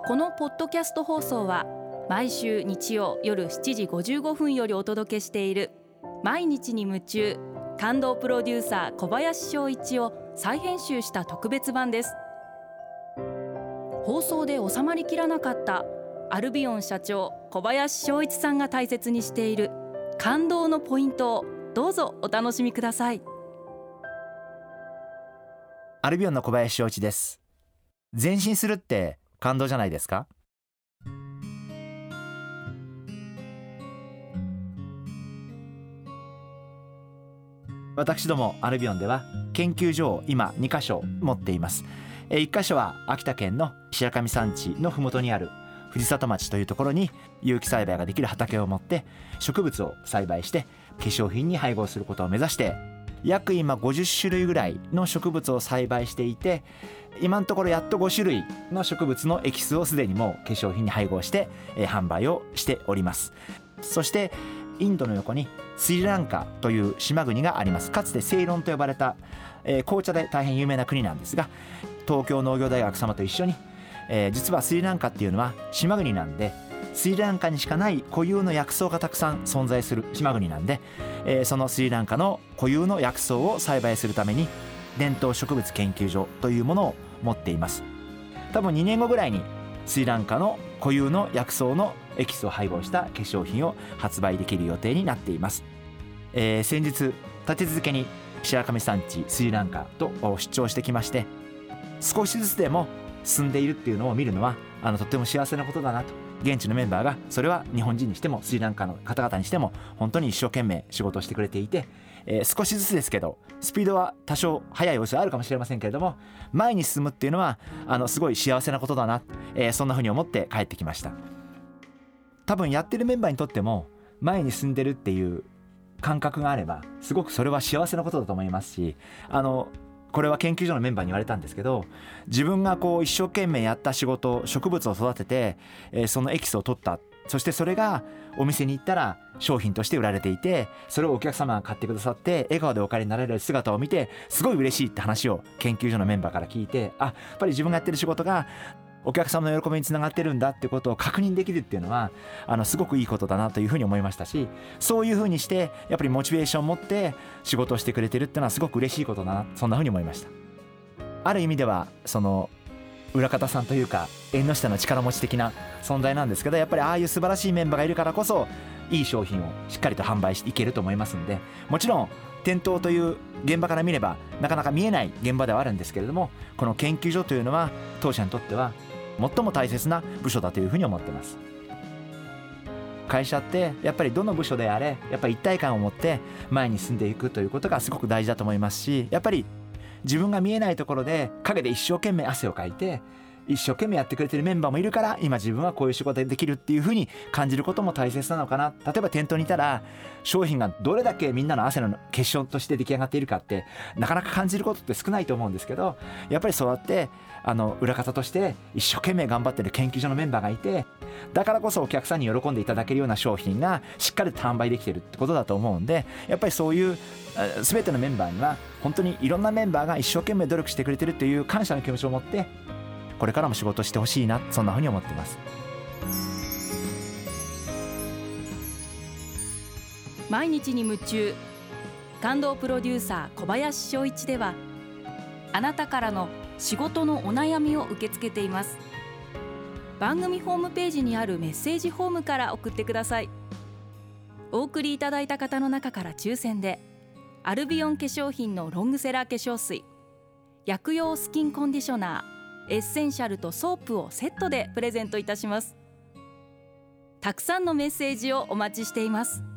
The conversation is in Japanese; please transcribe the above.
このポッドキャスト放送は毎週日曜夜7時55分よりお届けしている毎日に夢中感動プロデューサー小林翔一を再編集した特別版です。放送で収まりきらなかったアルビオン社長小林翔一さんが大切にしている感動のポイントをどうぞお楽しみください。 アルビオンの小林翔一です。前進するって感動じゃないですか？私どもアルビオンでは研究所を今2カ所持っています。1カ所は秋田県の白神山地のふもとにある藤里町というところに有機栽培ができる畑を持って植物を栽培して化粧品に配合することを目指して約今50種類ぐらいの植物を栽培していて、今のところやっと5種類の植物のエキスをすでにもう化粧品に配合して販売をしております。そしてインドの横にスリランカという島国があります。かつてセイロンと呼ばれた紅茶で大変有名な国なんですが、東京農業大学様と一緒に実はスリランカっていうのは島国なんで、スリランカにしかない固有の薬草がたくさん存在する島国なんで、そのスリランカの固有の薬草を栽培するために伝統植物研究所というものを持っています。多分2年後ぐらいにスリランカの固有の薬草のエキスを配合した化粧品を発売できる予定になっています。先日立て続けに白神山地スリランカと出張してきまして、少しずつでも進んでいるっていうのを見るのはとっても幸せなことだなと。現地のメンバーがそれは日本人にしてもスリランカの方々にしても本当に一生懸命仕事をしてくれていて、少しずつですけどスピードは多少速い様子はあるかもしれませんけれども、前に進むっていうのはすごい幸せなことだな、そんなふうに思って帰ってきました。多分やってるメンバーにとっても前に進んでるっていう感覚があればすごくそれは幸せなことだと思いますし、これは研究所のメンバーに言われたんですけど、自分がこう一生懸命やった仕事、植物を育てて、そのエキスを取った、そしてそれがお店に行ったら商品として売られていて、それをお客様が買ってくださって笑顔でお帰りになられる姿を見てすごい嬉しいって話を研究所のメンバーから聞いて、やっぱり自分がやってる仕事がお客様の喜びにつながってるんだってことを確認できるっていうのはすごくいいことだなというふうに思いましたし、そういうふうにしてやっぱりモチベーションを持って仕事をしてくれてるっていうのはすごく嬉しいことだな、そんなふうに思いました。ある意味ではその裏方さんというか縁の下の力持ち的な存在なんですけど、やっぱりああいう素晴らしいメンバーがいるからこそいい商品をしっかりと販売していけると思いますんで、もちろん店頭という現場から見ればなかなか見えない現場ではあるんですけれども、この研究所というのは当社にとっては最も大切な部署だというふうに思っています。会社ってやっぱりどの部署であれやっぱり一体感を持って前に進んでいくということがすごく大事だと思いますし、やっぱり自分が見えないところで陰で一生懸命汗をかいて一生懸命やってくれてるメンバーもいるから今自分はこういう仕事ができるっていう風に感じることも大切なのかな。例えば店頭にいたら商品がどれだけみんなの汗の結晶として出来上がっているかってなかなか感じることって少ないと思うんですけど、やっぱりそうやって裏方として一生懸命頑張ってる研究所のメンバーがいて、だからこそお客さんに喜んでいただけるような商品がしっかりと販売できてるってことだと思うんで、やっぱりそういう全てのメンバーには本当にいろんなメンバーが一生懸命努力してくれてるという感謝の気持ちを持ってこれからも仕事してほしいな、そんなふうに思っています。 毎日に夢中感動プロデューサー小林翔一では、あなたからの仕事のお悩みを受け付けています。番組ホームページにあるメッセージフォームから送ってください。お送りいただいた方の中から抽選でアルビオン化粧品のロングセラー化粧水、薬用スキンコンディショナー、エッセンシャルとソープをセットでプレゼントいたします。たくさんのメッセージをお待ちしています。